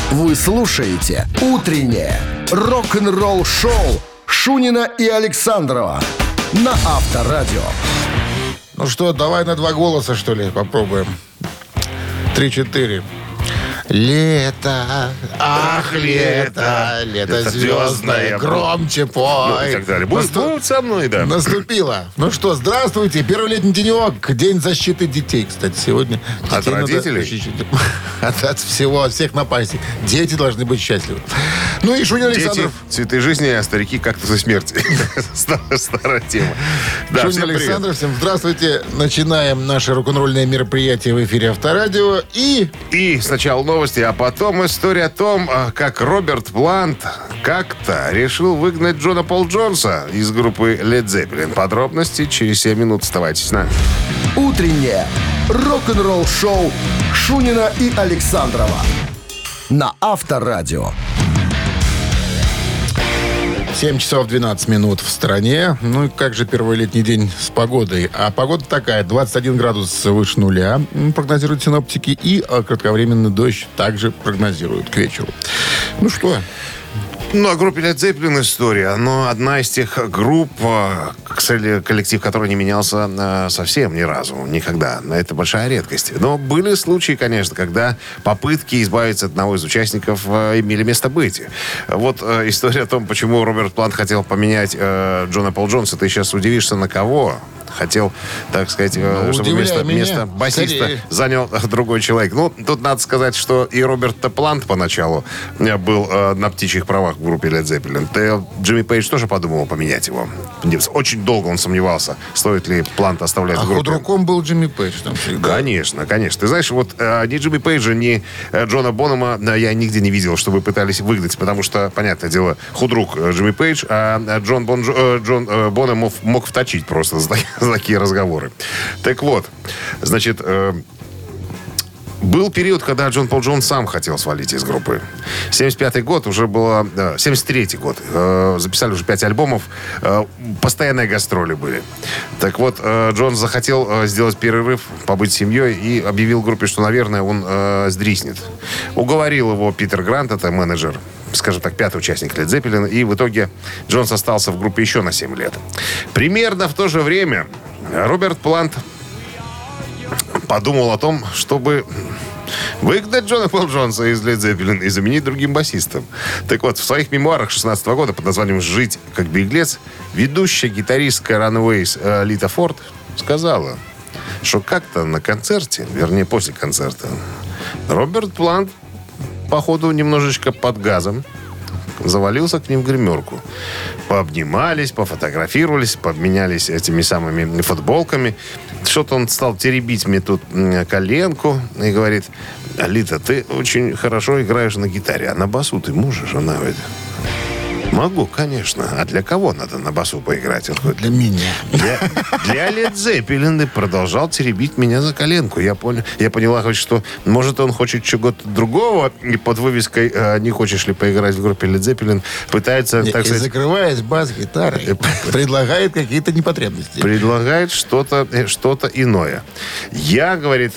Вы слушаете «Утреннее рок-н-ролл-шоу» Шунина и Александрова на Авторадио. Ну что, давай на 2 голоса, что ли, попробуем. 3-4. Лето, ах, лето, лето звездное, громче пой. Ну и так далее. Будет со мной, да. Наступило. Ну что, здравствуйте. Первый летний денек. День защиты детей, кстати, сегодня. От родителей? От всего, от всех напастей. Дети должны быть счастливы. Ну и Шунин Александров. Дети, цветы жизни, а старики кактусы смерти. Старая тема. Шунин Александров, всем здравствуйте. Начинаем наше рок-н-ролльное мероприятие в эфире Авторадио. И сначала новости, а потом история о том, как Роберт Плант как-то решил выгнать Джона Пол Джонса из группы Led Zeppelin. Подробности через 7 минут. Оставайтесь с нами. Утреннее рок-н-ролл-шоу Шунина и Александрова на Авторадио. 7 часов 12 минут в стране. Ну и как же первый летний день с погодой? А погода такая, 21 градус выше нуля, прогнозируют синоптики. И кратковременный дождь также прогнозируют к вечеру. Ну что? Ну, о группе Led Zeppelin история. Но одна из тех групп, коллектив которой не менялся совсем ни разу, никогда. Это большая редкость. Но были случаи, конечно, когда попытки избавиться от одного из участников имели место быть. Вот история о том, почему Роберт Плант хотел поменять Джона Пол Джонса. Ты сейчас удивишься, на кого хотел, так сказать, чтобы место басиста занял другой человек. Ну, тут надо сказать, что и Роберт Плант поначалу был на птичьих правах в группе Led Zeppelin. Джимми Пейдж тоже подумал поменять его. Очень долго он сомневался, стоит ли Плант оставлять в группе. А худруком был Джимми Пейдж там всегда. Конечно, конечно. Ты знаешь, вот ни Джимми Пейджа, ни Джона Бонема я нигде не видел, чтобы пытались выгнать, потому что, понятное дело, худрук Джимми Пейдж, а Джон Бонем мог вточить просто за такие разговоры. Так вот, значит, был период, когда Джон Пол Джонс сам хотел свалить из группы. 75-й год уже было... 73-й год. Записали уже 5 альбомов. Постоянные гастроли были. Так вот, Джон захотел сделать перерыв, побыть с семьей и объявил группе, что, наверное, он сдриснет. Уговорил его Питер Грант, это менеджер, скажем так, 5-й участник Led Zeppelin, и в итоге Джонс остался в группе еще на 7 лет. Примерно в то же время Роберт Плант подумал о том, чтобы выгнать Джона Пол Джонса из Led Zeppelin и заменить другим басистом. Так вот, в своих мемуарах 16 года под названием «Жить как беглец» ведущая гитаристка Runaways Лита Форд сказала, что как-то на концерте, вернее, после концерта, Роберт Плант, походу, немножечко под газом, завалился к ним в гримерку. Пообнимались, пофотографировались, пообменялись этими самыми футболками. Что-то он стал теребить мне тут коленку и говорит: «Лита, ты очень хорошо играешь на гитаре, а на басу ты можешь?» Она говорит: «Могу, конечно. А для кого надо на басу поиграть?» Он говорит: «Для меня». Для Led Zeppelin. И продолжал теребить меня за коленку. Я поняла, что, может, он хочет чего-то другого. И под вывеской «Не хочешь ли поиграть в группе Led Zeppelin» пытается, так сказать... И закрываясь бас-гитарой, предлагает какие-то непотребности. Предлагает что-то иное. Я, говорит,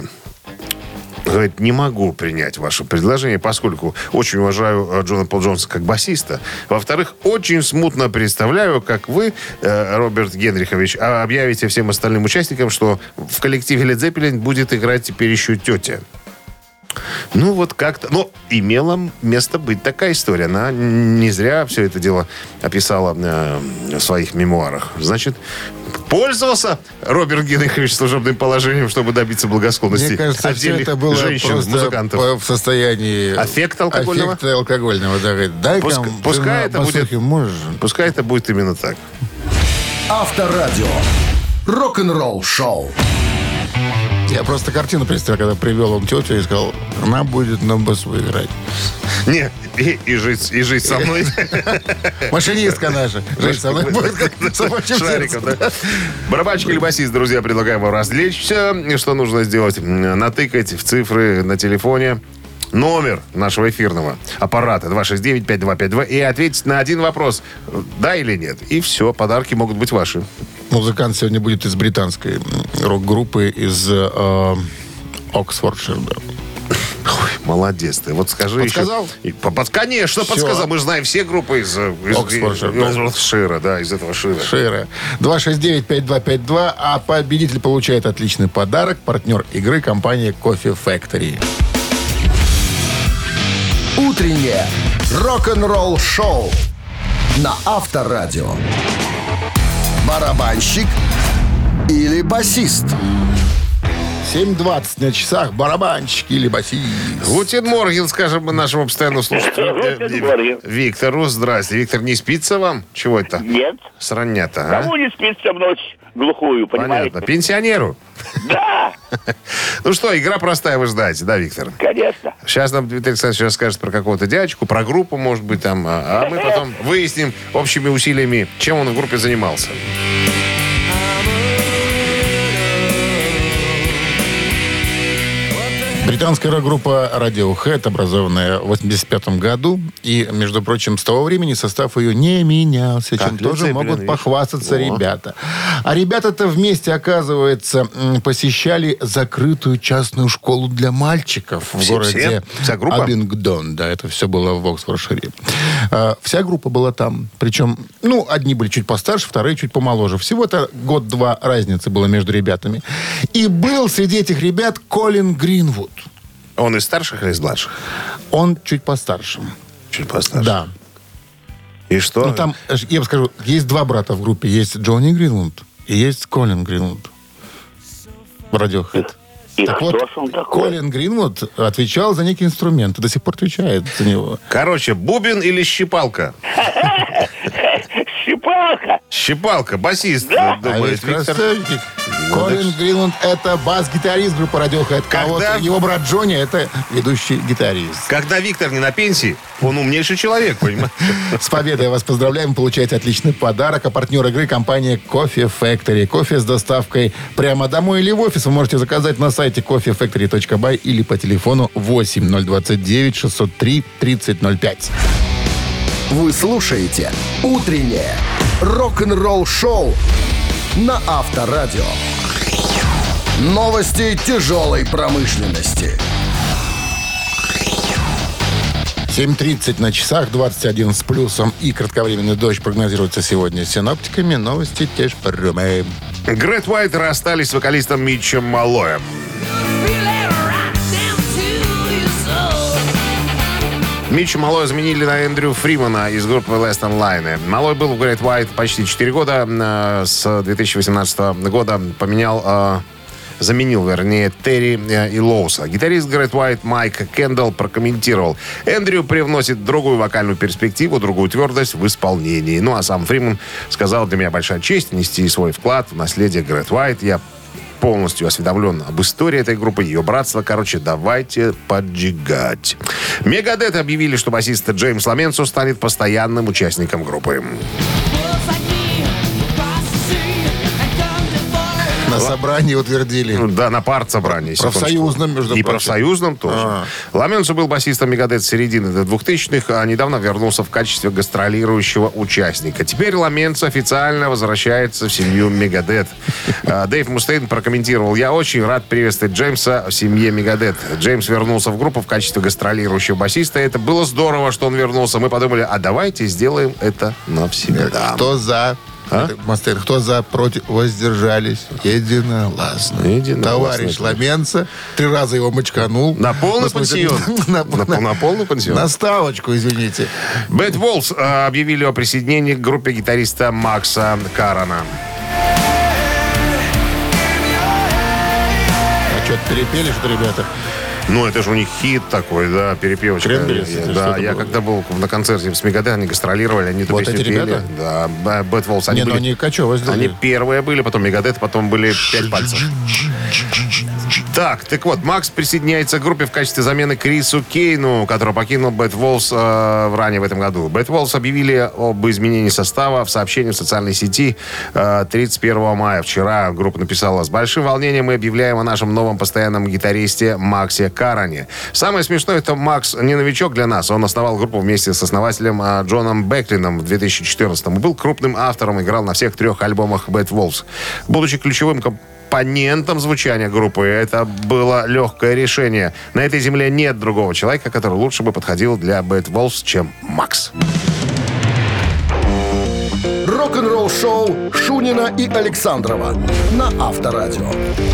не могу принять ваше предложение, поскольку очень уважаю Джона Пол Джонса как басиста. Во-вторых, очень смутно представляю, как вы, Роберт Генрихович, объявите всем остальным участникам, что в коллективе Led Zeppelin будет играть теперь еще тетя. Ну, вот как-то... Но имела место быть такая история. Она не зря все это дело описала в своих мемуарах. Значит, пользовался Роберт Генрихович служебным положением, чтобы добиться благосклонности. Мне кажется, все это было женщин, музыкантов. В состоянии... Аффекта алкогольного? Аффекта алкогольного, да. Дай-ка, пускай это будет именно так. Авторадио. Рок-н-ролл шоу. Я просто картину представил, когда привел он тетю и сказал: она будет на басу играть. Нет, и жить со мной. Машинистка наша. Жить со мной будет как собачьим шариком, да? Барабанщик или басист, друзья, предлагаем вам развлечься. Что нужно сделать? Натыкать в цифры на телефоне номер нашего эфирного аппарата 269-5252 и ответить на один вопрос: да или нет. И все, подарки могут быть ваши. Музыкант сегодня будет из британской рок-группы из Оксфордшира. Ой, молодец ты. Вот скажи Подсказал? еще. Конечно, Всё. подсказал. Мы же знаем все группы из Шира, да, из этого Шира. Шира. 269-5252. А победитель получает отличный подарок. Партнер игры — компания Coffee Factory. Утреннее рок-н-ролл-шоу на Авторадио. Барабанщик или басист? 7:20 на часах. Барабанщик или басист? Гутен Морген, скажем мы нашему постоянному Гутен слушателю Морген. Виктору. Здрасте. Виктор, не спится вам? Чего это? Нет. Сранята, а? Кому не спится в ночь глухую, понимаете? Понятно. Пенсионеру? Да, Ну что, игра простая, вы знаете, да, Виктор? конечно. Сейчас нам Дмитрий Александрович расскажет про какого-то дядечку, про группу, может быть, там. А мы потом выясним общими усилиями, чем он в группе занимался. Британская рок-группа Radiohead, образованная в 1985 году. И, между прочим, с того времени состав ее не менялся, Как чем Led тоже Zeppelin, могут видишь? похвастаться О. ребята. А ребята-то вместе, оказывается, посещали закрытую частную школу для мальчиков в Все? городе Вся группа? Абингдон. Да, это все было в Оксфордшире. Вся группа была там. Причем, одни были чуть постарше, вторые чуть помоложе. Всего-то год-два разницы было между ребятами. И был среди этих ребят Колин Гринвуд. Он из старших или из младших? Он чуть постарше. Чуть постарше. Да. И что? Там, я вам скажу, есть два брата в группе. Есть Джонни Гринвуд и есть Колин Гринвуд. В Radiohead. И Так кто вот, ж он такой? Колин Гринвуд отвечал за некий инструмент. И до сих пор отвечает за него. Короче, бубен или щипалка? Щипалка. Щипалка, басист, А думает ведь Виктор. красавчик. Колин Гринвуд — это бас-гитарист группы Radiohead. А вот Когда- его брат Джонни — это ведущий гитарист. Когда Виктор не на пенсии, он умнейший человек, понимаете? С победой вас поздравляем. Получаете отличный подарок. А партнер игры — компания Coffee Factory. Кофе с доставкой прямо домой или в офис вы можете заказать на сайте coffeefactory.by или по телефону 8 029 603 3005. Вы слушаете «Утреннее рок-н-ролл-шоу» на Авторадио. Новости тяжелой промышленности. 7:30 на часах, 21 с плюсом и кратковременный дождь прогнозируется сегодня синоптиками. Новости тяжпромы. Грэт Уайт расстались с вокалистом Митчем Малоем. Митча Малоя заменили на Эндрю Фримана из группы Last Online. Малой был в Грэт Уайт почти 4 года. С 2018 года заменил Терри и Лоуса. Гитарист Грэт Уайт Майк Кендалл прокомментировал: Эндрю привносит другую вокальную перспективу, другую твердость в исполнении. Ну а сам Фриман сказал: для меня большая честь внести свой вклад в наследие Грэт Уайт. Я полностью осведомлен об истории этой группы, ее братства. Короче, давайте поджигать. Мегадет объявили, что басист Джеймс Ламенцо станет постоянным участником группы. На собрании утвердили. Да, на партсобрании. Профсоюзном, между прочим. И профсоюзном тоже. Ламенцо был басистом Мегадет с середины до 2000-х, а недавно вернулся в качестве гастролирующего участника. Теперь Ламенцо официально возвращается в семью Мегадет. Дэйв Мустейн прокомментировал: я очень рад приветствовать Джеймса в семье Мегадет. Джеймс вернулся в группу в качестве гастролирующего басиста. Это было здорово, что он вернулся. Мы подумали: а давайте сделаем это навсегда. Кто за? Мастер, кто за, против, воздержались? Единогласно. Товарищ Ламенцо 3 раза его мочканул. На полный пансион. На полный пансион. На ставочку, извините. Bad Wolves объявили о присоединении к группе гитариста Макса Карана. А что-то перепели, что ребята? Ну, это же у них хит такой, да, перепевочка. Кренберис, это Да, что-то я было? когда был на концерте с Мегадет, они гастролировали, они эту Вот песню эти пели. ребята? Да, Bad Wolves. Они, Не, ну были, они качево сделали. они первые были, потом Мегадет, потом были 5 пальцев. Так вот, Макс присоединяется к группе в качестве замены Крису Кейну, который покинул Bad Wolves ранее в этом году. Bad Wolves объявили об изменении состава в сообщении в социальной сети 31 мая. Вчера группа написала: с большим волнением мы объявляем о нашем новом постоянном гитаристе Максе Каране. Самое смешное, это Макс не новичок для нас. Он основал группу вместе с основателем Джоном Беклином в 2014-м. Был крупным автором, играл на всех 3 альбомах Bad Wolves. Будучи ключевым компонентом звучания группы это было легкое решение. На этой земле нет другого человека, который лучше бы подходил для Bad Wolves, чем Макс. Рок-н-ролл-шоу Шунина и Александрова на Авторадио.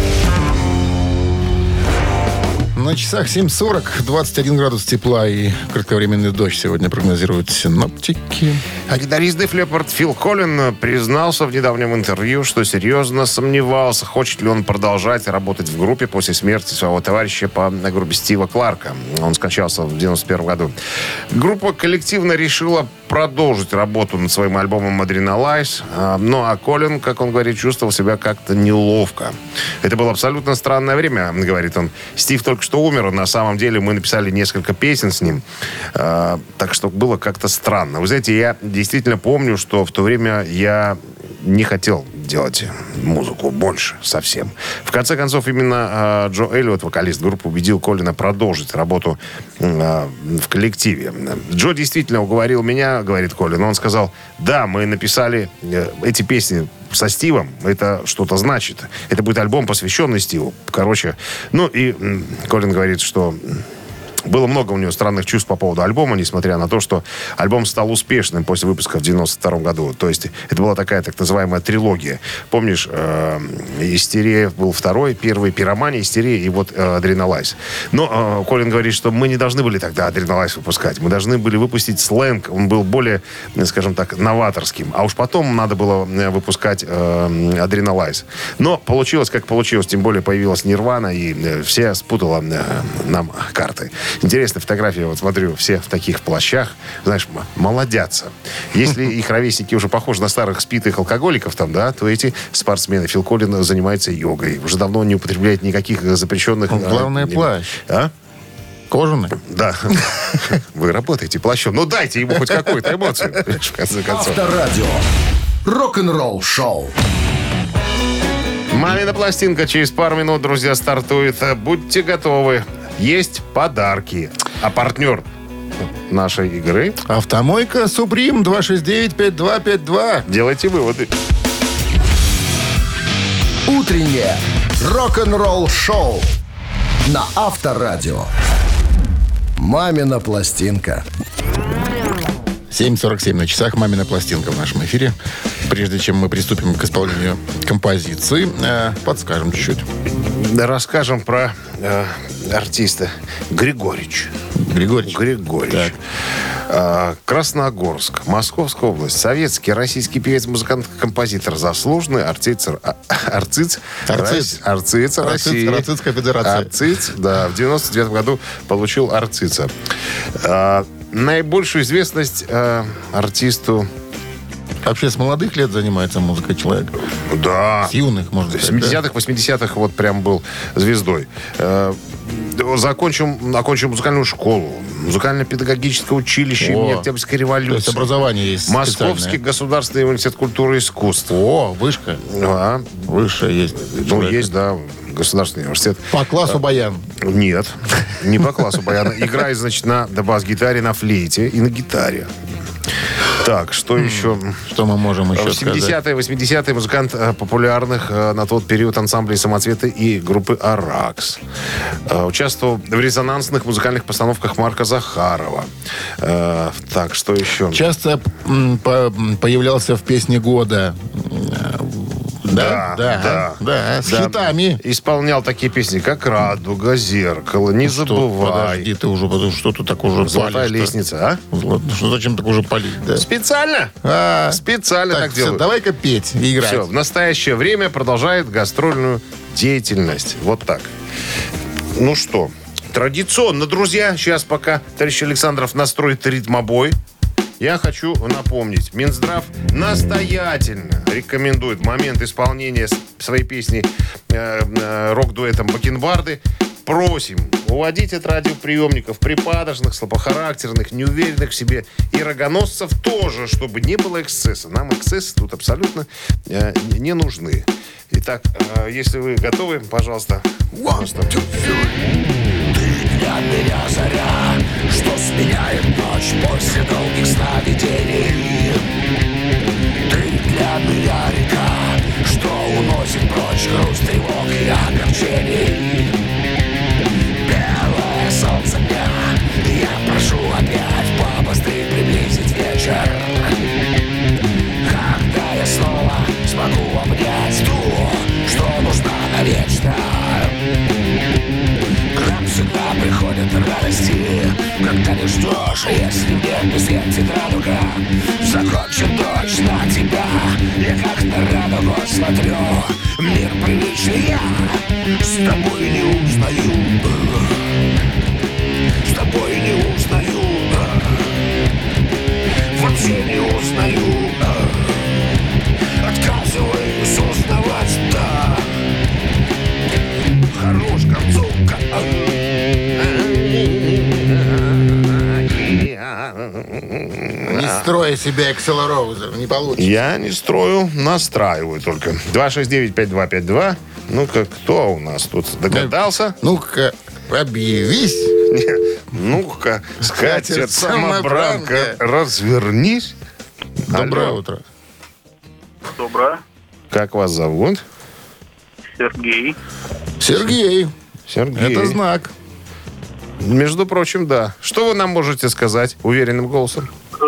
На часах 7:40, 21 градус тепла и кратковременный дождь сегодня прогнозируют синоптики. А гитарист Def Leppard Фил Коллин признался в недавнем интервью, что серьезно сомневался, хочет ли он продолжать работать в группе после смерти своего товарища по группе Стива Кларка. Он скончался в 91 году. Группа коллективно решила продолжить работу над своим альбомом Adrenalize, а Коллин, как он говорит, чувствовал себя как-то неловко. Это было абсолютно странное время, говорит он. Стив только что умер, на самом деле мы написали несколько песен с ним, так что было как-то странно. Вы знаете, я действительно помню, что в то время я не хотел делать музыку больше совсем. В конце концов, именно Джо Эллиот, вокалист группы, убедил Коллина продолжить работу в коллективе. Джо действительно уговорил меня, говорит Коллин. Он сказал, да, мы написали эти песни со Стивом, это что-то значит. Это будет альбом, посвященный Стиву. Короче, и Коллин говорит, что было много у него странных чувств по поводу альбома, несмотря на то, что альбом стал успешным после выпуска в 92 году. То есть это была такая так называемая трилогия. Помнишь, «Истерия» был второй, первый «Пиромания», «Истерия» и вот «Adrenalize». Но Коллин говорит, что мы не должны были тогда «Adrenalize» выпускать. Мы должны были выпустить «Сленг». Он был более, скажем так, новаторским. А уж потом надо было выпускать «Adrenalize». Но получилось, как получилось. Тем более появилась «Нирвана», и все спутала нам карты. Интересная фотография, вот смотрю, все в таких плащах, знаешь, молодятся. Если их ровесники уже похожи на старых спитых алкоголиков там, да, то эти спортсмены. Фил Коллин занимается йогой. Уже давно не употребляет никаких запрещенных... Главное, плащ. А? Кожаный? Да. Вы работаете плащом. Ну, дайте ему хоть какую-то эмоцию, в конце концов. Авторадио. Рок-н-ролл шоу. «Мамина пластинка» через пару минут, друзья, стартует. Будьте готовы. Есть подарки. А партнер нашей игры... Автомойка «Суприм» 269-5252. Делайте выводы. Утреннее рок-н-ролл шоу на Авторадио. «Мамина пластинка». 7:47 на часах. «Мамина пластинка» в нашем эфире. Прежде чем мы приступим к исполнению композиции, подскажем чуть-чуть. Расскажем про артиста Григорич. Григорич. Красногорск, Московская область. Советский, российский певец, музыкант, композитор. Заслуженный артист России. Арцицкая федерация. Арциц, да. В 99 году получил арцица. Наибольшую известность артисту... Вообще с молодых лет занимается музыкой человек? Да. С юных, можно сказать. 70-х, 80-х вот прям был звездой. Окончил музыкальную школу, музыкально-педагогическое училище имени Октябрьской революции. То есть образование есть Московский государственный университет культуры и искусств. О, вышка. Да. Высшая есть. Есть, да, государственный университет. По классу баян? Нет, не по классу баяна. Играет, значит, на бас-гитаре, на флейте и на гитаре. Так, что еще? Что мы можем еще сказать? В 70-е, 80-е музыкант популярных на тот период ансамблей «Самоцветы» и группы «Аракс». Участвовал в резонансных музыкальных постановках Марка Захарова. Так, что еще? Часто появлялся в «Песне года». Да, с хитами. Исполнял такие песни, как «Радуга», «Зеркало», «Не забывай». Подожди, ты уже, что ты так уже «Золотая палишь-то? лестница», а? Что, зачем так уже палить, да? Специально? Специально так все, делаю. давай-ка петь и играть. Все, в настоящее время продолжает гастрольную деятельность. Вот так. Ну что, традиционно, друзья, сейчас пока товарищ Александров настроит ритмобой, я хочу напомнить, Минздрав настоятельно рекомендует в момент исполнения своей песни рок-дуэтом «Бакенбарды». Просим уводить от радиоприемников припадочных, слабохарактерных, неуверенных в себе и рогоносцев тоже, чтобы не было эксцесса. Нам эксцессы тут абсолютно не нужны. Итак, если вы готовы, пожалуйста. Для меня заря, что сменяет ночь после долгих сновидений. Ты для меня река, что уносит прочь грусть тревог. радости, когда не ждешь, если в небе светит радуга. Закончит дождь на тебя, я как на радугу смотрю. Мир привычный, я с тобой не узнаю. С тобой не узнаю. Вообще не узнаю. Отказываюсь узнавать, да. Хорош концовка. Не строй себя Эксел Роузер, не получится. Я не строю, настраиваю только. 269-5252. Ну-ка, кто у нас тут догадался? Ну-ка, объявись. Ну-ка, скатерть-самобранка, развернись. Доброе Алло. утро. Доброе. Как вас зовут? Сергей. Сергей. Сергей. Это знак. Между прочим, да. Что вы нам можете сказать уверенным голосом?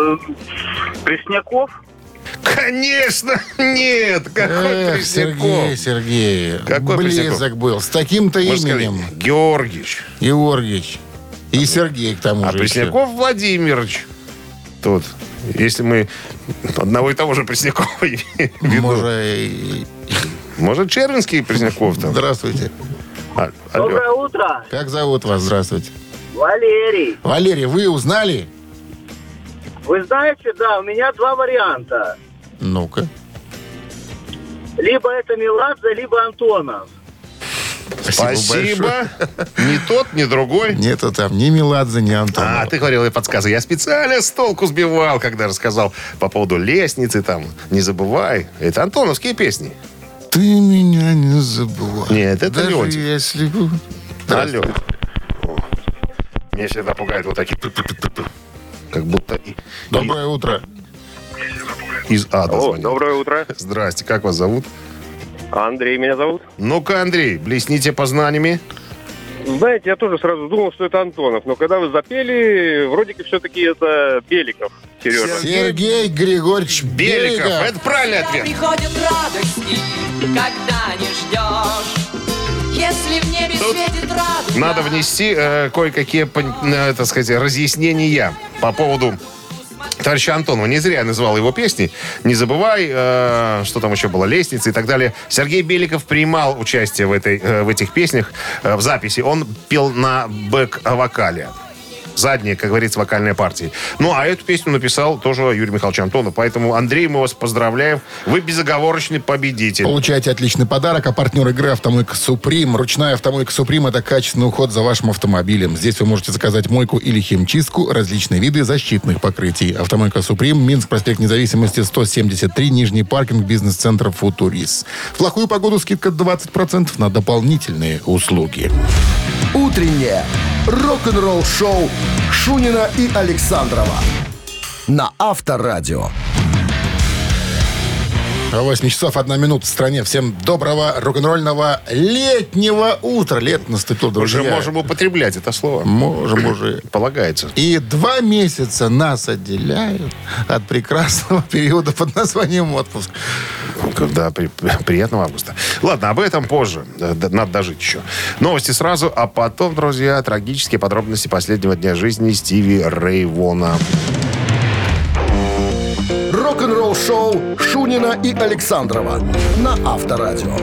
Пресняков. Конечно, нет. Какой Пресняков? Сергей. Какой Близок Пресняков? был. С таким-то Можно сказать, именем. Георгиевич. Георгиевич. И Сергей к тому А же. Пресняков Владимирович. Тут. Если мы одного и того же Преснякова еще. виду. Может, Червинский Пресняков там? Здравствуйте. Алло. Доброе утро, Как зовут вас? Здравствуйте. Валерий. Валерий, вы узнали? Вы знаете, да, у меня два варианта. Ну-ка. Либо это Меладзе, либо Антонов. Спасибо. Ни тот, ни другой. Нету там ни Меладзе, ни Антонова. А, ты говорил и подсказы. Я специально с толку сбивал, когда рассказал по поводу лестницы там. Не забывай. Это антоновские песни. Ты меня не забывай. Нет, это даже Леонтьев. если бы... Алло. О, меня всегда пугают вот такие... Как будто Доброе утро. из ада звонят. Доброе утро. Здрасте, как вас зовут? Андрей меня зовут. Ну-ка, Андрей, блесните познаниями. Знаете, я тоже сразу думал, что это Антонов, но когда вы запели, вроде как все-таки это Беликов, Сережа. Сергей Григорьевич Беликов. Беликов. Это правильный ответ. Приходит радости, когда не ждешь. Если в небе Тут светит радуга. Надо внести кое-какие, так сказать, разъяснения по поводу товарища Антонова. Не зря я называл его песни. Не забывай, что там еще было, лестница и так далее. Сергей Беликов принимал участие в этих песнях, в записи. Он пел на бэк-вокале. Задние, как говорится, вокальные партии. Ну, а эту песню написал тоже Юрий Михайлович Антонов. Поэтому, Андрей, мы вас поздравляем. Вы безоговорочный победитель. Получайте отличный подарок. А партнер игры «Автомойка Суприм». Ручная «Автомойка Суприм» — это качественный уход за вашим автомобилем. Здесь вы можете заказать мойку или химчистку, различные виды защитных покрытий. «Автомойка Суприм», Минск, проспект Независимости, 173, Нижний паркинг, бизнес-центр «Футурис». В плохую погоду скидка 20% на дополнительные услуги. Утреннее рок-н-ролл-шоу Шунина и Александрова на Авторадио. 8 часов 1 минута в стране. Всем доброго рок-н-ролльного летнего утра. Лето наступило, друзья. Уже можем употреблять это слово. Можем уже. Полагается. И 2 месяца нас отделяют от прекрасного периода под названием отпуск. Когда приятного августа. Ладно, об этом позже. Надо дожить еще. Новости сразу, а потом, друзья, трагические подробности последнего дня жизни Стиви Рэй Вона. Рок-н-ролл-шоу Шунина и Александрова на Авторадио.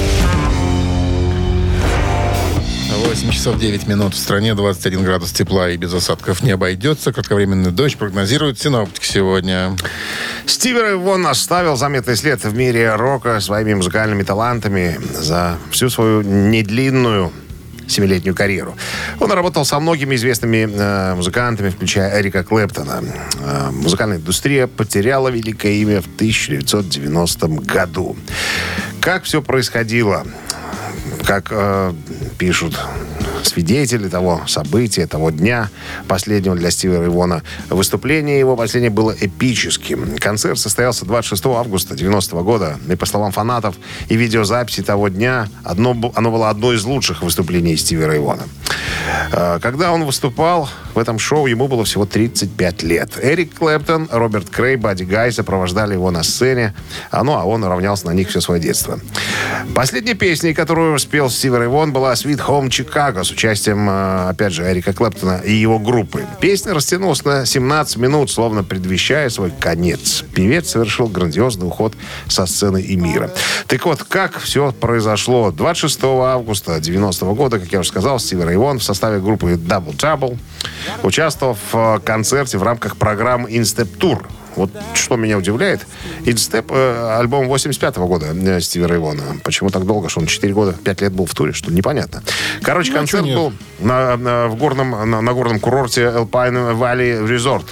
8 часов 9 минут в стране, 21 градус тепла и без осадков не обойдется. Кратковременный дождь прогнозируют синоптики сегодня. Стиви Рэй Вон оставил заметный след в мире рока своими музыкальными талантами за всю свою недлинную 7-летнюю карьеру. Он работал со многими известными музыкантами, включая Эрика Клэптона. Музыкальная индустрия потеряла великое имя в 1990 году. Как все происходило? Как пишут свидетели того события, того дня последнего для Стиви Рэй Вона, выступление его последнее было эпическим. Концерт состоялся 26 августа 90 года. И по словам фанатов и видеозаписи того дня, оно было одно из лучших выступлений Стиви Рэй Вона. Когда он выступал в этом шоу, ему было всего 35 лет. Эрик Клэптон, Роберт Крей, Бадди Гай сопровождали его на сцене, а он равнялся на них все свое детство. Последней песней, которую спел Стиви Рэй Вон, была «Sweet Home Chicago» с участием, опять же, Эрика Клэптона и его группы. Песня растянулась на 17 минут, словно предвещая свой конец. Певец совершил грандиозный уход со сцены и мира. Так вот, как все произошло? 26 августа 90-го года, как я уже сказал, Стиви Рэй Вон в составе группы Double Trouble участвовал в концерте в рамках программы InStep Tour. Вот что меня удивляет, InStep альбом 85-го года Стиви Рэй Вона. Почему так долго, что он 4 года, 5 лет был в туре, что ли? Непонятно. Короче, концерт был на горном курорте Alpine Valley Resort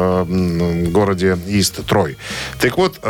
в городе Ист Трой. Так вот,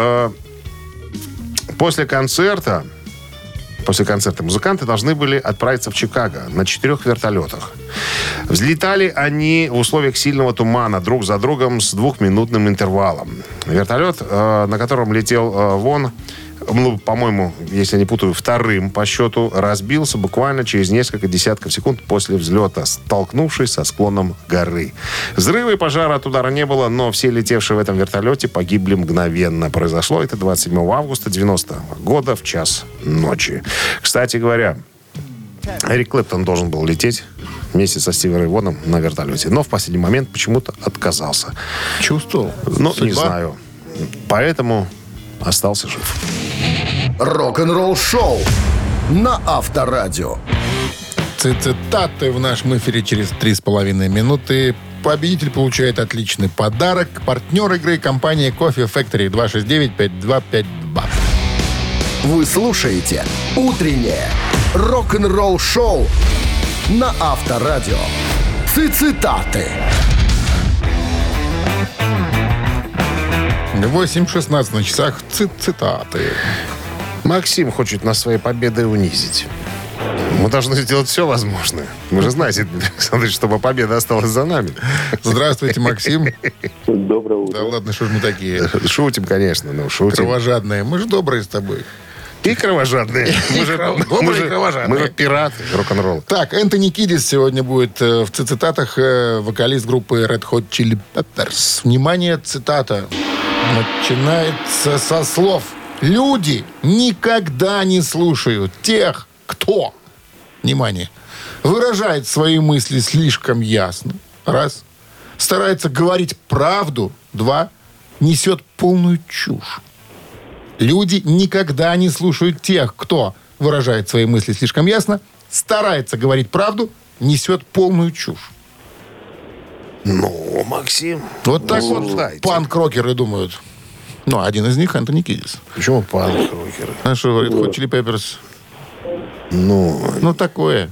после концерта музыканты должны были отправиться в Чикаго на 4 вертолетах. Взлетали они в условиях сильного тумана друг за другом с 2-минутным интервалом. Вертолет, на котором летел Вон, по-моему, если я не путаю, вторым по счету, разбился буквально через несколько десятков секунд после взлета, столкнувшись со склоном горы. Взрыва и пожара от удара не было, но все летевшие в этом вертолете погибли мгновенно. Произошло это 27 августа 90-го года в час ночи. Кстати говоря, Эрик Клэптон должен был лететь вместе со Стиви Рэй Воном на вертолете, но в последний момент почему-то отказался. Чувствовал? Не знаю. Поэтому остался жив. Рок-н-ролл шоу на Авторадио. Цитаты в нашем эфире через 3,5 минуты. Победитель получает отличный подарок. Партнер игры — компания Coffee Factory 269-5252. Вы слушаете «Утреннее рок-н-ролл шоу» на Авторадио. Цитаты. 8:16 на часах. Цитаты. Максим хочет нас своей победой унизить. Мы должны сделать все возможное. Вы же знаете, Дмитрий Александрович, чтобы победа осталась за нами. Здравствуйте, Максим. Доброе утро. Да ладно, что ж мы такие Шутим, конечно, но шутим. кровожадные. Мы же добрые с тобой. И кровожадные. Мы же пираты рок-н-ролла. Так, Энтони Кидис сегодня будет в цитатах, вокалист группы Red Hot Chili Peppers. Внимание, цитата. Начинается со слов: «Люди никогда не слушают тех, кто, внимание, выражает свои мысли слишком ясно. Раз. Старается говорить правду. Два. Несет полную чушь. Люди никогда не слушают тех, кто выражает свои мысли слишком ясно, старается говорить правду, несет полную чушь». Ну, Максим. Вот так вот знаете. панк-рокеры думают. Ну, один из них — Энтони Кидис. Почему панк-рокеры? А что говорит Hot Chili Peppers? Ну, Такое.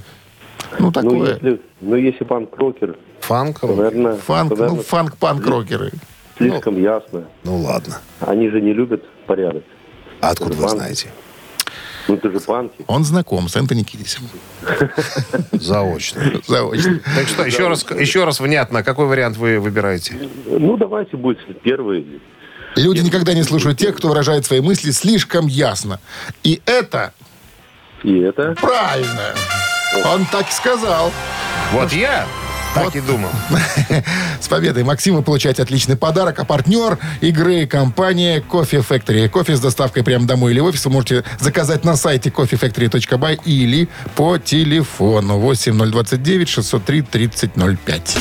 Если панк-рокер, фанк? то, наверное, Фанк-панк-рокеры. слишком ясно. Ну, ладно. Они же не любят порядок. А откуда вы знаете? Ну, это же панки. Он знаком с Энтони Кидисом. Заочно. Заочно. Так что, еще раз внятно, какой вариант вы выбираете? Ну, давайте будет первый. Люди никогда не слушают тех, кто выражает свои мысли слишком ясно. И это правильно. Он так и сказал. Вот я так и думал. С победой, Максим, вы получаете отличный подарок. А партнер игры — компания Coffee Factory. Кофе с доставкой прямо домой или в офис вы можете заказать на сайте coffeefactory.by или по телефону 8029 603 3005.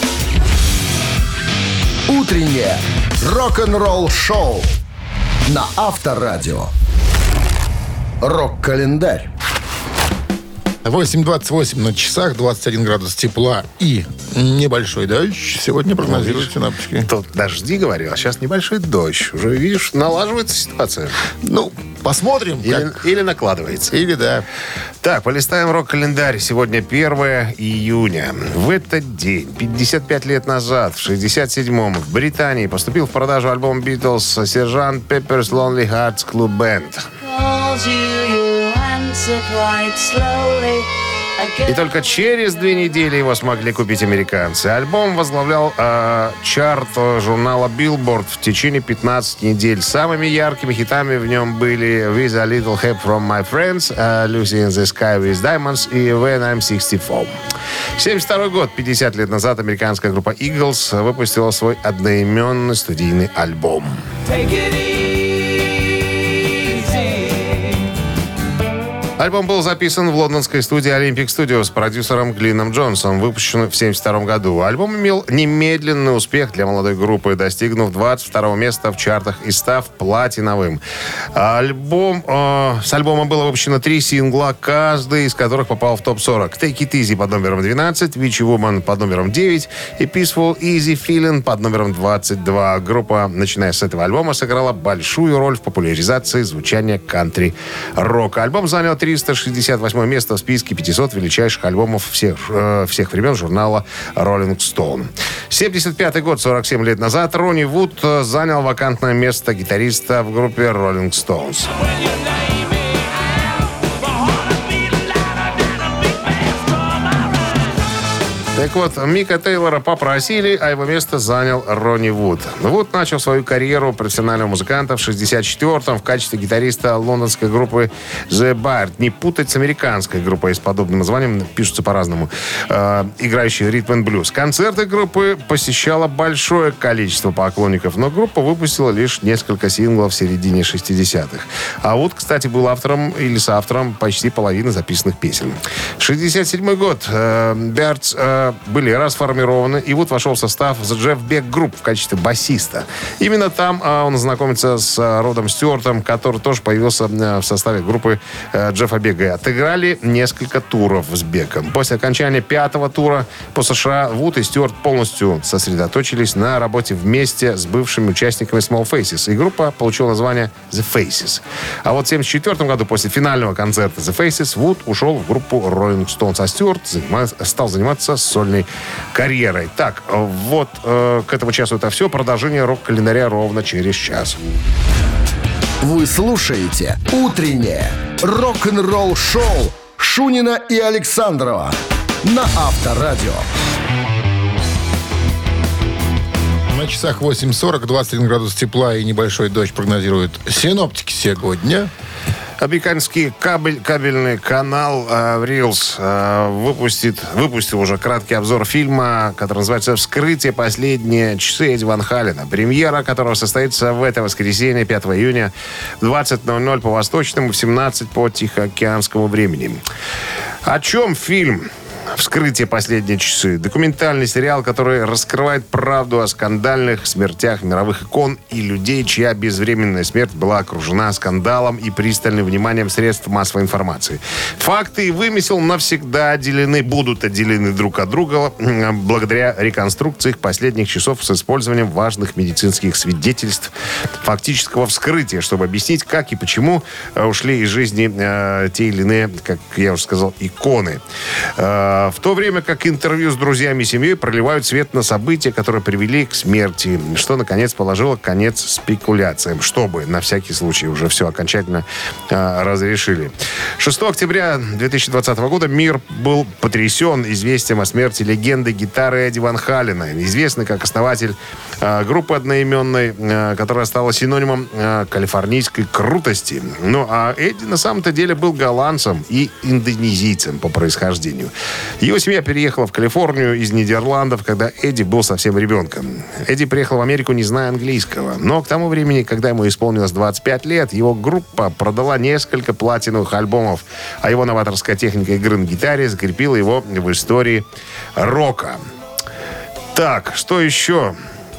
Утреннее рок-н-ролл шоу на Авторадио. Рок-календарь. 8:28 на часах, 21 градус тепла и небольшой дождь. Сегодня прогнозируют синоптики. Тут дожди, говорил, а сейчас небольшой дождь. Уже, видишь, налаживается ситуация. Ну, посмотрим. Или накладывается. Или да. Так, полистаем рок-календарь. Сегодня 1 июня. В этот день, 55 лет назад, в 67-м, в Британии поступил в продажу альбом Beatles «Sgt. Pepper's Lonely Hearts Club Band». Quite slowly, И только через 2 недели его смогли купить американцы. Альбом возглавлял чарт журнала Billboard в течение 15 недель. Самыми яркими хитами в нем были «With a Little Help from My Friends», «Lucy in the Sky with Diamonds» и «When I'm 64». 1972 год, 50 лет назад, американская группа Eagles выпустила свой одноименный студийный альбом. Альбом был записан в лондонской студии Olympic Studios с продюсером Глином Джонсом, выпущен в 1972 году. Альбом имел немедленный успех для молодой группы, достигнув 22 места в чартах и став платиновым. С альбома было выпущено 3 сингла, каждый из которых попал в топ-40. «Take It Easy» под номером 12, «Witchy Woman» под номером 9 и «Peaceful Easy Feeling» под номером 22. Группа, начиная с этого альбома, сыграла большую роль в популяризации звучания кантри-рока. Альбом занял 368 место в списке 500 величайших альбомов всех времен журнала Rolling Stone. 1975 год, 47 лет назад, Ронни Вуд занял вакантное место гитариста в группе Rolling Stones. Так вот, Мика Тейлора попросили, а его место занял Ронни Вуд. Вуд начал свою карьеру профессионального музыканта в 1964-м в качестве гитариста лондонской группы The Byrd. Не путать с американской группой с подобным названием, пишутся по-разному, играющей ритм and блюз. Концерты группы посещало большое количество поклонников, но группа выпустила лишь несколько синглов в середине 60-х. А Вуд, кстати, был автором или соавтором почти половины записанных песен. 1967 год. Byrds были расформированы, и Вуд вошел в состав The Jeff Beck Group в качестве басиста. Именно там он знакомится с Родом Стюартом, который тоже появился в составе группы Джеффа Бека. Отыграли несколько туров с Беком. После окончания 5-го тура по США Вуд и Стюарт полностью сосредоточились на работе вместе с бывшими участниками Small Faces, и группа получила название The Faces. А вот в 1974 году, после финального концерта The Faces, Вуд ушел в группу Rolling Stones, а Стюарт стал заниматься сольной карьерой. Так, вот к этому часу это все. Продолжение рок-календаря ровно через час. Вы слушаете «Утреннее рок-н-ролл-шоу» Шунина и Александрова на Авторадио. На часах 8:40, 21 градус тепла и небольшой дождь прогнозируют синоптики сегодня. Американский кабельный канал Reels выпустил уже краткий обзор фильма, который называется «Вскрытие. Последние часы» Эдди Ван Халена. Премьера которого состоится в это воскресенье, 5 июня, в 20:00 по восточному, в 17 по тихоокеанскому времени. О чем фильм? «Вскрытие. Последние часы». Документальный сериал, который раскрывает правду о скандальных смертях мировых икон и людей, чья безвременная смерть была окружена скандалом и пристальным вниманием средств массовой информации. Факты и вымысел навсегда будут отделены друг от друга благодаря реконструкции их последних часов с использованием важных медицинских свидетельств фактического вскрытия, чтобы объяснить, как и почему ушли из жизни те или иные, как я уже сказал, иконы. В то время как интервью с друзьями и семьей проливают свет на события, которые привели к смерти, что, наконец, положило конец спекуляциям, чтобы на всякий случай уже все окончательно разрешили. 6 октября 2020 года мир был потрясен известием о смерти легенды гитары Эдди Ван Халена, известный как основатель группы одноименной, которая стала синонимом калифорнийской крутости. Ну, а Эдди на самом-то деле был голландцем и индонезийцем по происхождению. Его семья переехала в Калифорнию из Нидерландов, когда Эдди был совсем ребенком. Эдди приехал в Америку, не зная английского. Но к тому времени, когда ему исполнилось 25 лет, его группа продала несколько платиновых альбомов, а его новаторская техника игры на гитаре закрепила его в истории рока. Так, что еще?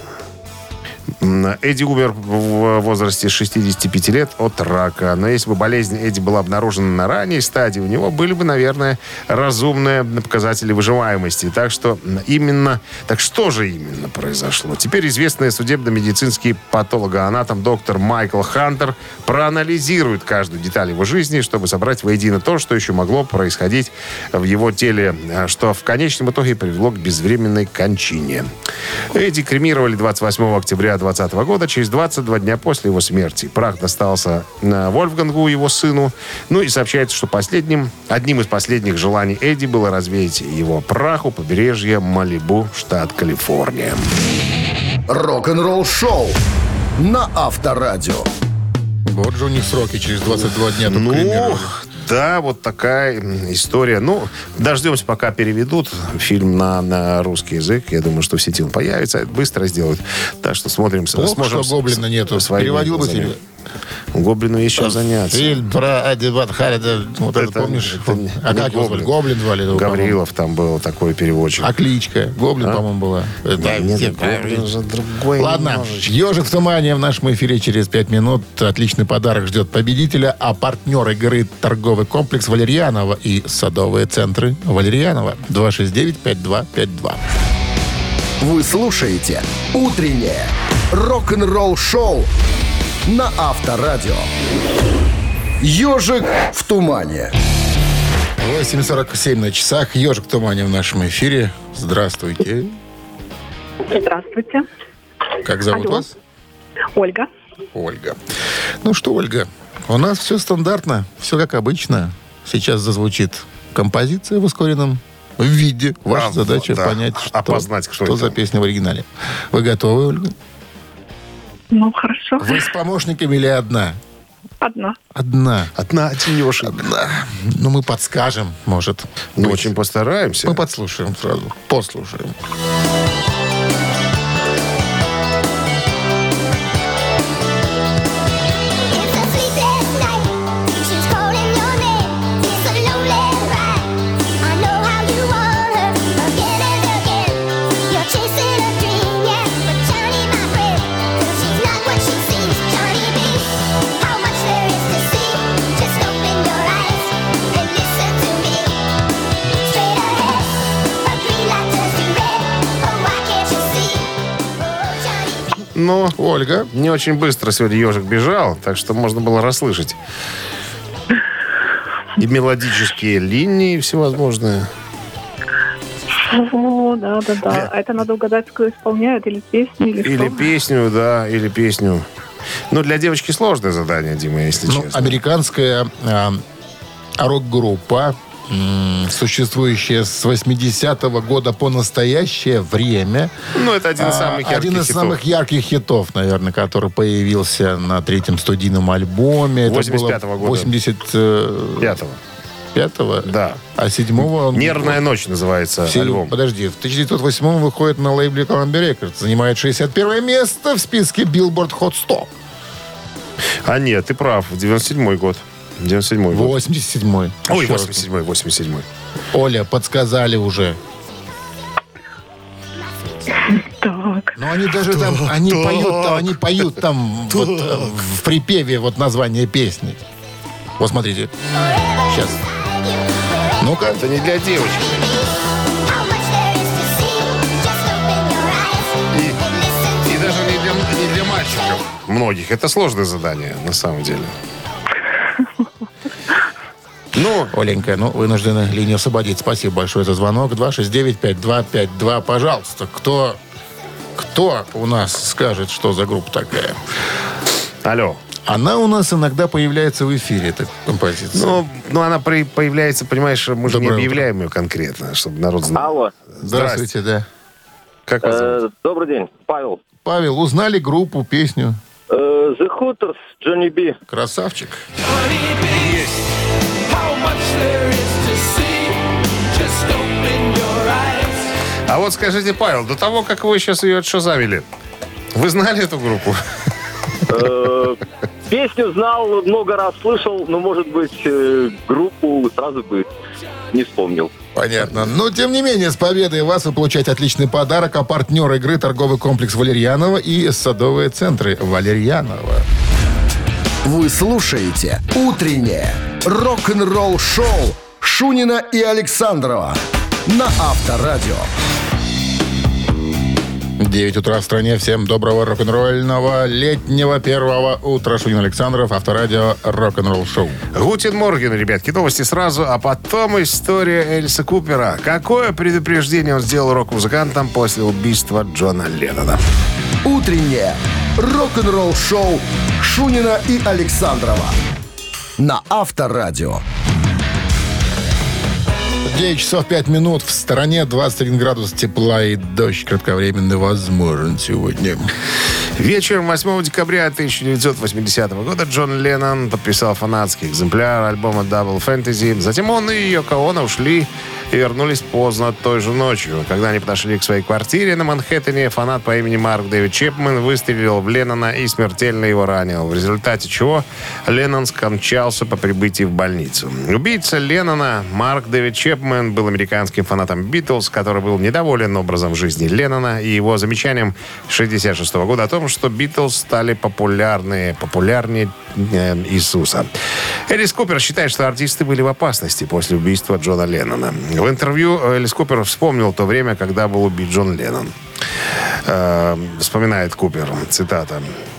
Эдди умер в возрасте 65 лет от рака. Но если бы болезнь Эдди была обнаружена на ранней стадии, у него были бы, наверное, разумные показатели выживаемости. Так что что же именно произошло? Теперь известный судебно-медицинский патологоанатом доктор Майкл Хантер проанализирует каждую деталь его жизни, чтобы собрать воедино то, что еще могло происходить в его теле, что в конечном итоге привело к безвременной кончине. Эдди кремировали 28 октября 2020 года, через 22 дня после его смерти. Прах достался Вольфгангу, его сыну. Ну и сообщается, что одним из последних желаний Эдди было развеять его прах у побережья Малибу, штат Калифорния. Рок-н-ролл шоу на Авторадио. Вот же у них сроки, через 22 дня тут кремировали. Да, вот такая история. Ну, дождемся, пока переведут фильм на русский язык. Я думаю, что в сети он появится. Быстро сделают. Так что смотрим. Плохо, что Гоблина нету. Переводил бы фильм. Гоблину есть чем заняться. Фильм про Эдди Ван Халида. Вот это помнишь? А как его звали? Гоблин звали. Гаврилов там был такой переводчик. А кличка? Гоблин, по-моему, была. Гоблин же другой. Ладно. «Ежик в тумане» в нашем эфире через 5 минут. Отличный подарок ждет победителя. А партнер игры — торговый комплекс «Валерьянова» и садовые центры «Валерьянова». 269-5252. Вы слушаете «Утреннее рок-н-ролл-шоу» на Авторадио. «Ежик в тумане». 8:47 на часах. «Ежик в тумане» в нашем эфире. Здравствуйте. Здравствуйте. Как зовут Алло. вас? Ольга. Ольга. Ну что, Ольга, у нас все стандартно, все как обычно. Сейчас зазвучит композиция в ускоренном виде. Ваша задача понять, опознать, что за песня в оригинале. Вы готовы, Ольга? Ну, хорошо. Вы с помощниками или одна? Одна. Одна. Один ежик. Одна. Ну, мы подскажем, может. Ну, очень постараемся. Мы подслушаем сразу. Послушаем. Но, Ольга, не очень быстро сегодня ежик бежал, так что можно было расслышать. И мелодические линии всевозможные. О, да. А это надо угадать, кто исполняет, или песню, или Или что? песню, да, или песню. Ну, для девочки сложное задание, Дима, если честно. Американская рок-группа, существующая с 80-го года по настоящее время. Ну, это один из самых ярких Один из хитов. самых ярких хитов, наверное, который появился на 3-м студийном альбоме. 85-го года. 85-го. 5-го? Да. А 7-го... «Нервная ночь» называется альбом. Подожди, в 1908-м выходит на лейбле Columbia Records. Занимает 61 место в списке Billboard Hot 100. А нет, ты прав. 97-й год. 97-й год. 87-й. Ой, 87-й. Оля, подсказали уже. Так. Но они даже там, они поют там вот, в припеве вот название песни. Вот смотрите. Сейчас. Ну-ка. Это не для девочек. И даже не для мальчиков. Многих. Это сложное задание, на самом деле. Ну, Оленька, вынуждены линию освободить. Спасибо большое за звонок. 269-5252. Пожалуйста, кто у нас скажет, что за группа такая? алло. Она у нас иногда появляется в эфире, эта композиция. Ну, она появляется, понимаешь, мы же не Доброе объявляем ее конкретно, чтобы народ знал. Алло. Здравствуйте, да. Как вас зовут? Добрый день, Павел. Павел, узнали группу, песню? The Hooters, Джонни Би. Красавчик. А вот скажите, Павел, до того, как вы сейчас ее отшазамили, вы знали эту группу? Песню знал, много раз слышал, но, может быть, группу сразу бы не вспомнил. Понятно. Но, тем не менее, с победой вас вы получаете отличный подарок. А партнер игры — торговый комплекс «Валерьянова» и садовые центры «Валерьянова». Вы слушаете «Утреннее рок-н-ролл-шоу» Шунина и Александрова на Авторадио. 9 утра в стране. Всем доброго рок-н-ролльного летнего первого утра. Шунин Александров, Авторадио, рок-н-ролл шоу. Гутен Морген, ребятки. Новости сразу, а потом история Элиса Купера. Какое предупреждение он сделал рок-музыкантам после убийства Джона Леннона? Утреннее рок-н-ролл-шоу Шунина и Александрова на Авторадио. 9 часов 5 минут. В стороне 21 градус тепла и дождь кратковременный возможен сегодня. Вечером 8 декабря 1980 года Джон Леннон подписал фанатский экземпляр альбома Double Fantasy. Затем он и Йоко Оно ушли и вернулись поздно той же ночью. Когда они подошли к своей квартире на Манхэттене, фанат по имени Марк Дэвид Чепмен выстрелил в Леннона и смертельно его ранил, в результате чего Леннон скончался по прибытии в больницу. Убийца Леннона Марк Дэвид Чепмен был американским фанатом Битлз, который был недоволен образом жизни Леннона и его замечанием 1966 года о том, что Битлз стали популярнее Иисуса. Элис Купер считает, что артисты были в опасности после убийства Джона Леннона. В интервью Элис Купер вспомнил то время, когда был убит Джон Леннон. Вспоминает Купер, цитата.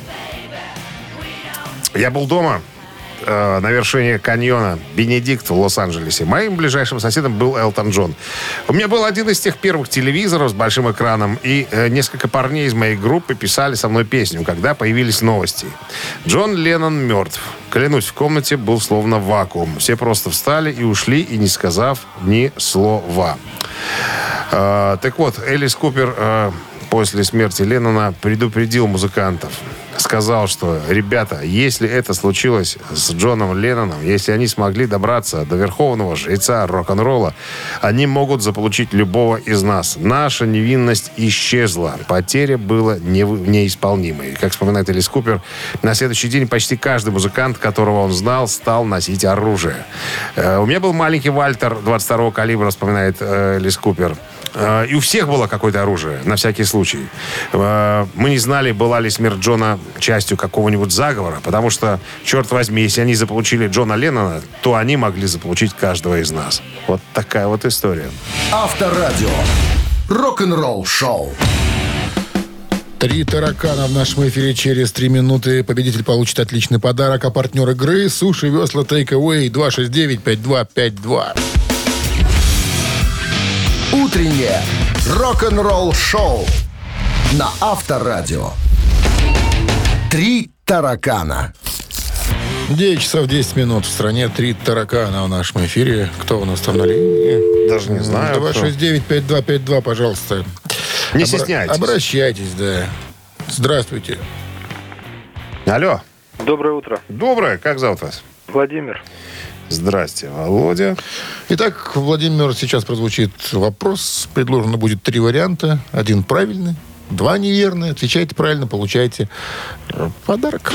«Я был дома на вершине каньона Бенедикт в Лос-Анджелесе. Моим ближайшим соседом был Элтон Джон. У меня был один из тех первых телевизоров с большим экраном, и несколько парней из моей группы писали со мной песню, когда появились новости. Джон Леннон мертв. Клянусь, в комнате был словно вакуум. Все просто встали и ушли, и не сказав ни слова». Так вот, Элис Купер после смерти Леннона предупредил музыкантов. Сказал, что, ребята, если это случилось с Джоном Ленноном, если они смогли добраться до верховного жреца рок-н-ролла, они могут заполучить любого из нас. Наша невинность исчезла. Потеря была неисполнимой. Как вспоминает Элис Купер, на следующий день почти каждый музыкант, которого он знал, стал носить оружие. У меня был маленький Вальтер 22-го калибра, вспоминает Элис Купер. И у всех было какое-то оружие, на всякий случай. Мы не знали, была ли смерть Джона частью какого-нибудь заговора, потому что, черт возьми, если они заполучили Джона Леннона, то они могли заполучить каждого из нас. Вот такая вот история. Авторадио. Рок-н-ролл шоу. 3 таракана в нашем эфире через 3 минуты. Победитель получит отличный подарок. А партнер игры — Суши Весла Take Away 269-5252. Утреннее рок-н-ролл шоу на Авторадио. 3 таракана. 9 часов 10 минут. В стране 3 таракана в нашем эфире. Кто у нас там на линии? Даже не знаю. 269-5252, пожалуйста. Не стесняйтесь. Обращайтесь, да. Здравствуйте. Алло. Доброе утро. Доброе. Как зовут вас? Владимир. Здрасте, Володя. Итак, Владимир, сейчас прозвучит вопрос. Предложено будет 3 варианта. 1 правильный, 2 неверные. Отвечайте правильно, получаете подарок.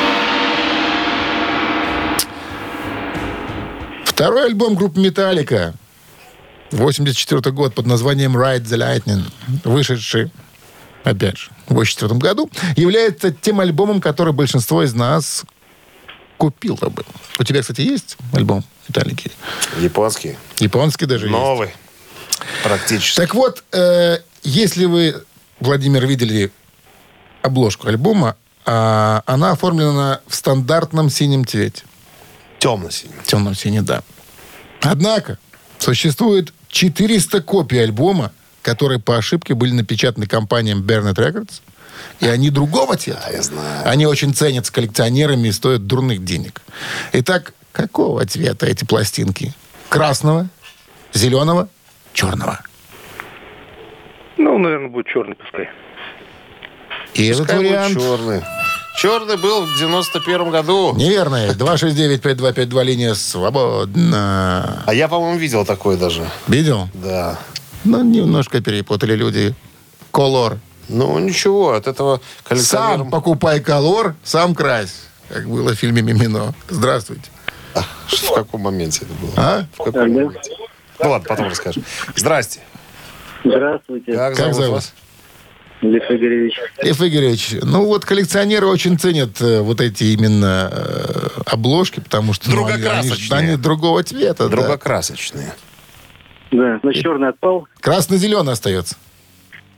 Второй альбом группы «Металлика», 1984 год, под названием «Ride the Lightning», вышедший, опять же, в 1984 году, является тем альбомом, который большинство из нас купило бы. У тебя, кстати, есть альбом «Металлики»? Японский. Японский даже Новый. есть. Практически. Так вот, если вы, Владимир, видели обложку альбома, она оформлена в стандартном синем цвете. Темно-синий. Темно-синий, да. Однако существует 400 копий альбома, которые по ошибке были напечатаны компанией Burnett Records, и они другого цвета. Да, я знаю. Они очень ценятся коллекционерами и стоят дурных денег. Итак, какого цвета эти пластинки? Красного, зеленого, черного? Ну, наверное, будет черный, пускай. И этот Пускай будет вариант... черный. Черный был в 91 году. Неверно. 269-5252, линия свободна. А я, по-моему, видел такой даже. Видел? Да. Ну, немножко перепутали люди. Колор. Ну, ничего, от этого коллекционерам... Сам покупай колор, сам крась. Как было в фильме «Мимино». Здравствуйте. В каком моменте это было? А? В каком моменте? Ну ладно, потом расскажешь. Здрасте. Здравствуйте, Как Как зовут зовут? вас? Лев Игоревич. Лев Игоревич, ну вот коллекционеры очень ценят вот эти именно обложки, потому что ну, Другокрасочные. они другого цвета. Другокрасочные. Да, но черный отпал. Красно-зеленый остается.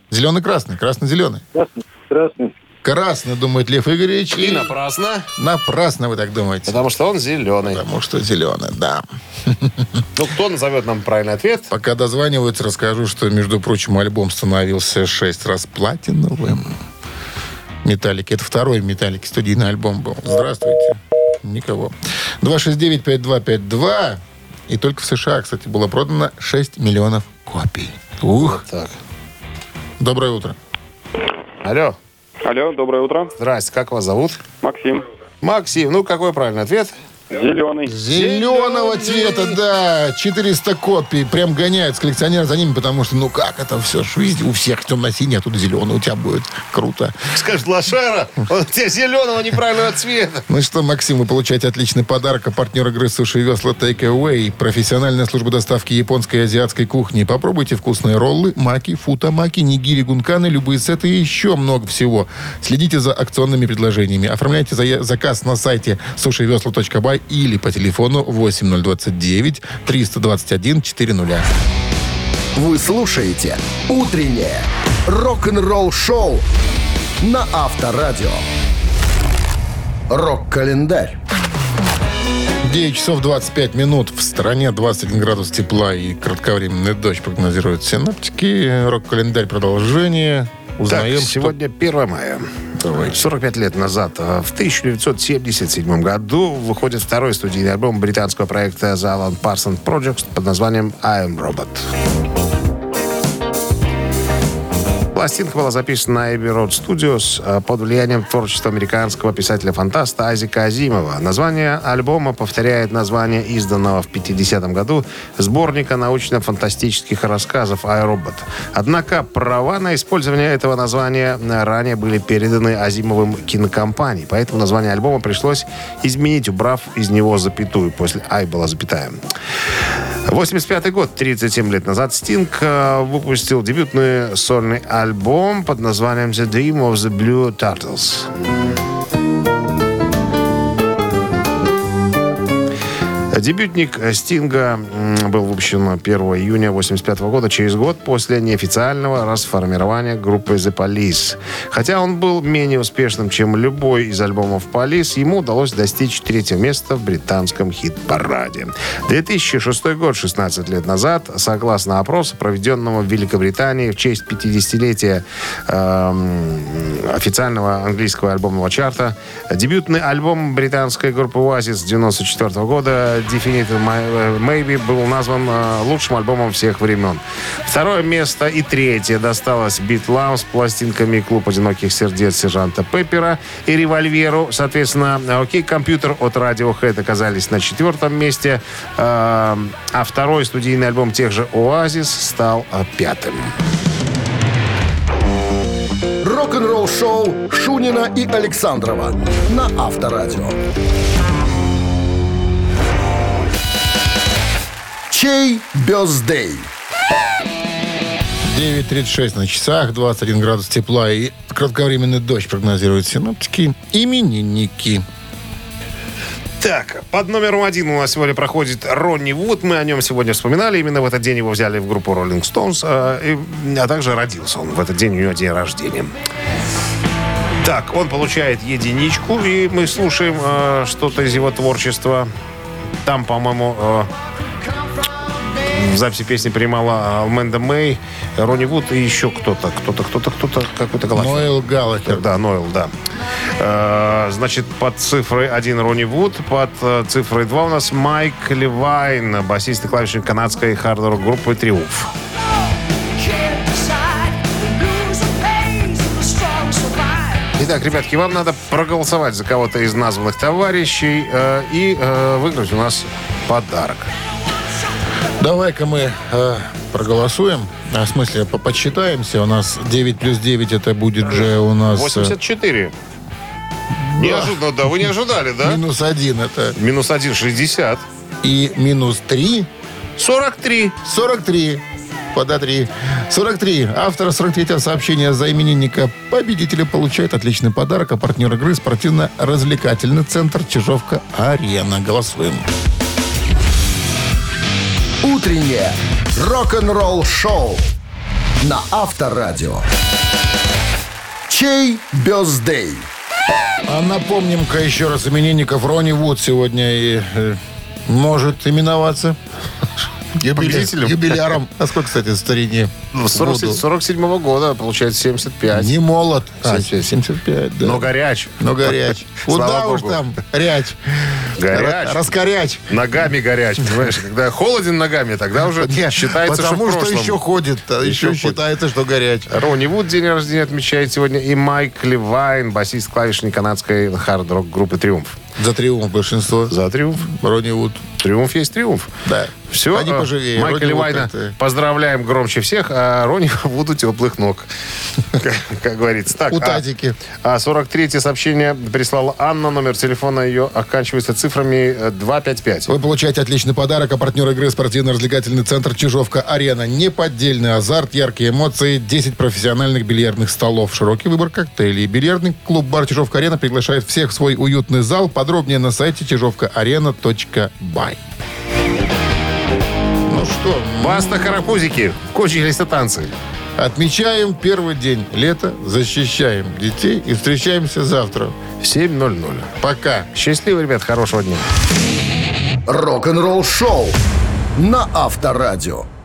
Зеленый-красный, красно-зеленый. Красный. Красный, думает Лев Игоревич. И напрасно. Напрасно вы так думаете. Потому что он зеленый. Потому что зеленый, да. Ну, кто назовет нам правильный ответ? Пока дозваниваются, расскажу, что, между прочим, альбом становился 6 раз платиновым. «Металлики». Это второй «Металлики» студийный альбом был. Здравствуйте. Никого. 269-5252. И только в США, кстати, было продано 6 миллионов копий. Ух. Вот так. Доброе утро. Алло. Алло, доброе утро. Здрасте, как вас зовут? Максим. Максим. Ну, какой правильный ответ? Зеленый. Зеленого цвета, да. 400 копий. Прям гоняют с коллекционера за ними, потому что, ну как это все? Везде у всех темно-синий, а тут зеленый у тебя будет. Круто. Скажет лошара, он у тебя зеленого неправильного цвета. Ну что, Максим, вы получаете отличный подарок. А партнер игры «Суши Весла Take Away». Профессиональная служба доставки японской и азиатской кухни. Попробуйте вкусные роллы, маки, футамаки, нигири, гунканы, любые сеты и еще много всего. Следите за акционными предложениями. Оформляйте заказ на сайте sushivesla.by или по телефону 8029-321-400. Вы слушаете «Утреннее рок-н-ролл-шоу» на Авторадио. Рок-календарь. 9 часов 25 минут. В стране 21 градус тепла и кратковременный дождь прогнозируют синоптики. Рок-календарь продолжение. Узнаем, Так, сегодня 1 мая. Давай. 45 лет назад, в 1977 году, выходит второй студийный альбом британского проекта The Alan Parsons Project под названием I Am Robot. Пластинка была записана на Abbey Road Studios под влиянием творчества американского писателя-фантаста Айзека Азимова. Название альбома повторяет название изданного в 1950 году сборника научно-фантастических рассказов «I, Robot». Однако права на использование этого названия ранее были переданы Азимовым кинокомпанией, поэтому название альбома пришлось изменить, убрав из него запятую. После «I» была запятая. 1985 год, 37 лет назад, Стинг выпустил дебютный сольный альбом под названием «The Dream of the Blue Turtles». Дебютник Стинга был выпущен 1 июня 1985 года, через год после неофициального расформирования группы The Police. Хотя он был менее успешным, чем любой из альбомов Police, ему удалось достичь 3-го места в британском хит-параде. 2006 год, 16 лет назад, согласно опросу, проведенному в Великобритании в честь 50-летия официального английского альбомного чарта, дебютный альбом британской группы Oasis 1994 года Definitive Maybe был назван лучшим альбомом всех времен. 2-е место и 3-е досталось Битлам с пластинками «Клуб одиноких сердец» Сержанта Пеппера и «Револьверу». Соответственно, «Окей, компьютер» от Radiohead оказались на 4-м месте, а 2-й студийный альбом тех же Oasis стал 5-м. Рок-н-ролл-шоу Шунина и Александрова на Авторадио. Чей бёздей? 9:36 на часах, 21 градус тепла и кратковременный дождь прогнозируют синоптики. Именинники. Так, под номером 1 у нас сегодня проходит Ронни Вуд. Мы о нем сегодня вспоминали. Именно в этот день его взяли в группу Rolling Stones. А также родился он. В этот день у него день рождения. Так, он получает единичку. И мы слушаем что-то из его творчества. Там, по-моему, в записи песни принимала Аманда Мэй, Ронни Вуд и еще кто-то, какой-то голос. Ноэл Галлахер. Да, Ноэл, да. Значит, под цифрой 1 Ронни Вуд, под цифрой 2 у нас Майк Левайн, басист и клавишник канадской хард-рок группы «Триумф». Итак, ребятки, вам надо проголосовать за кого-то из названных товарищей и выиграть у нас подарок. Давай-ка мы проголосуем. В смысле, подсчитаемся. У нас 9 плюс 9 это будет же у нас... 84. Неожиданно, да. Вы не ожидали, да? Минус 1 это... Минус 1 — 60. И минус 3... 43. 43. Пода 3. 43. Автор 43-го сообщения за именинника победителя получает отличный подарок. А партнер игры — спортивно-развлекательный центр «Чижовка-Арена». Голосуем. Утреннее рок-н-ролл-шоу на Авторадио. Чей бездей? А напомним-ка еще раз именинников. Ронни Вуд сегодня и может именоваться Победителем? юбиляром. А сколько, кстати, старине? 47-го года, получается, 75. Не молод. 75, да. Но горяч. Куда Слава уж богу. там ряч. Горяч. Раскоряч. Ногами горяч, понимаешь? Когда холоден ногами, тогда уже считается, Потому что в что прошлом. еще ходит. Еще ходит. считается, что горяч. Ронни Вуд день рождения отмечает сегодня и Майк Левайн, басист-клавишник канадской хард-рок группы «Триумф». За триумф большинство. За триумф. Ронни Вуд. Триумф есть триумф. Да. Все, Они поживее. Майка Ронни Вуд Левайна это- поздравляем громче всех, а Ронни Вуду теплых ног. Как говорится. Так, У Татики. 43-е сообщение прислала Анна. Номер телефона ее оканчивается цифрами 255. Вы получаете отличный подарок. А партнер игры спортивно-развлекательный центр «Чижовка-Арена». Неподдельный азарт, яркие эмоции, 10 профессиональных бильярдных столов, широкий выбор коктейлей. Бильярдный клуб-бар «Чижовка-Арена» приглашает всех в свой уютный зал. Подробнее на сайте чижовкаарена.бай. Ну что, Баста, карапузики, кончились танцы. отмечаем первый день лета, защищаем детей и встречаемся завтра. 7:00. Пока. Счастливо, ребят, хорошего дня. Рок-н-ролл шоу на Авторадио.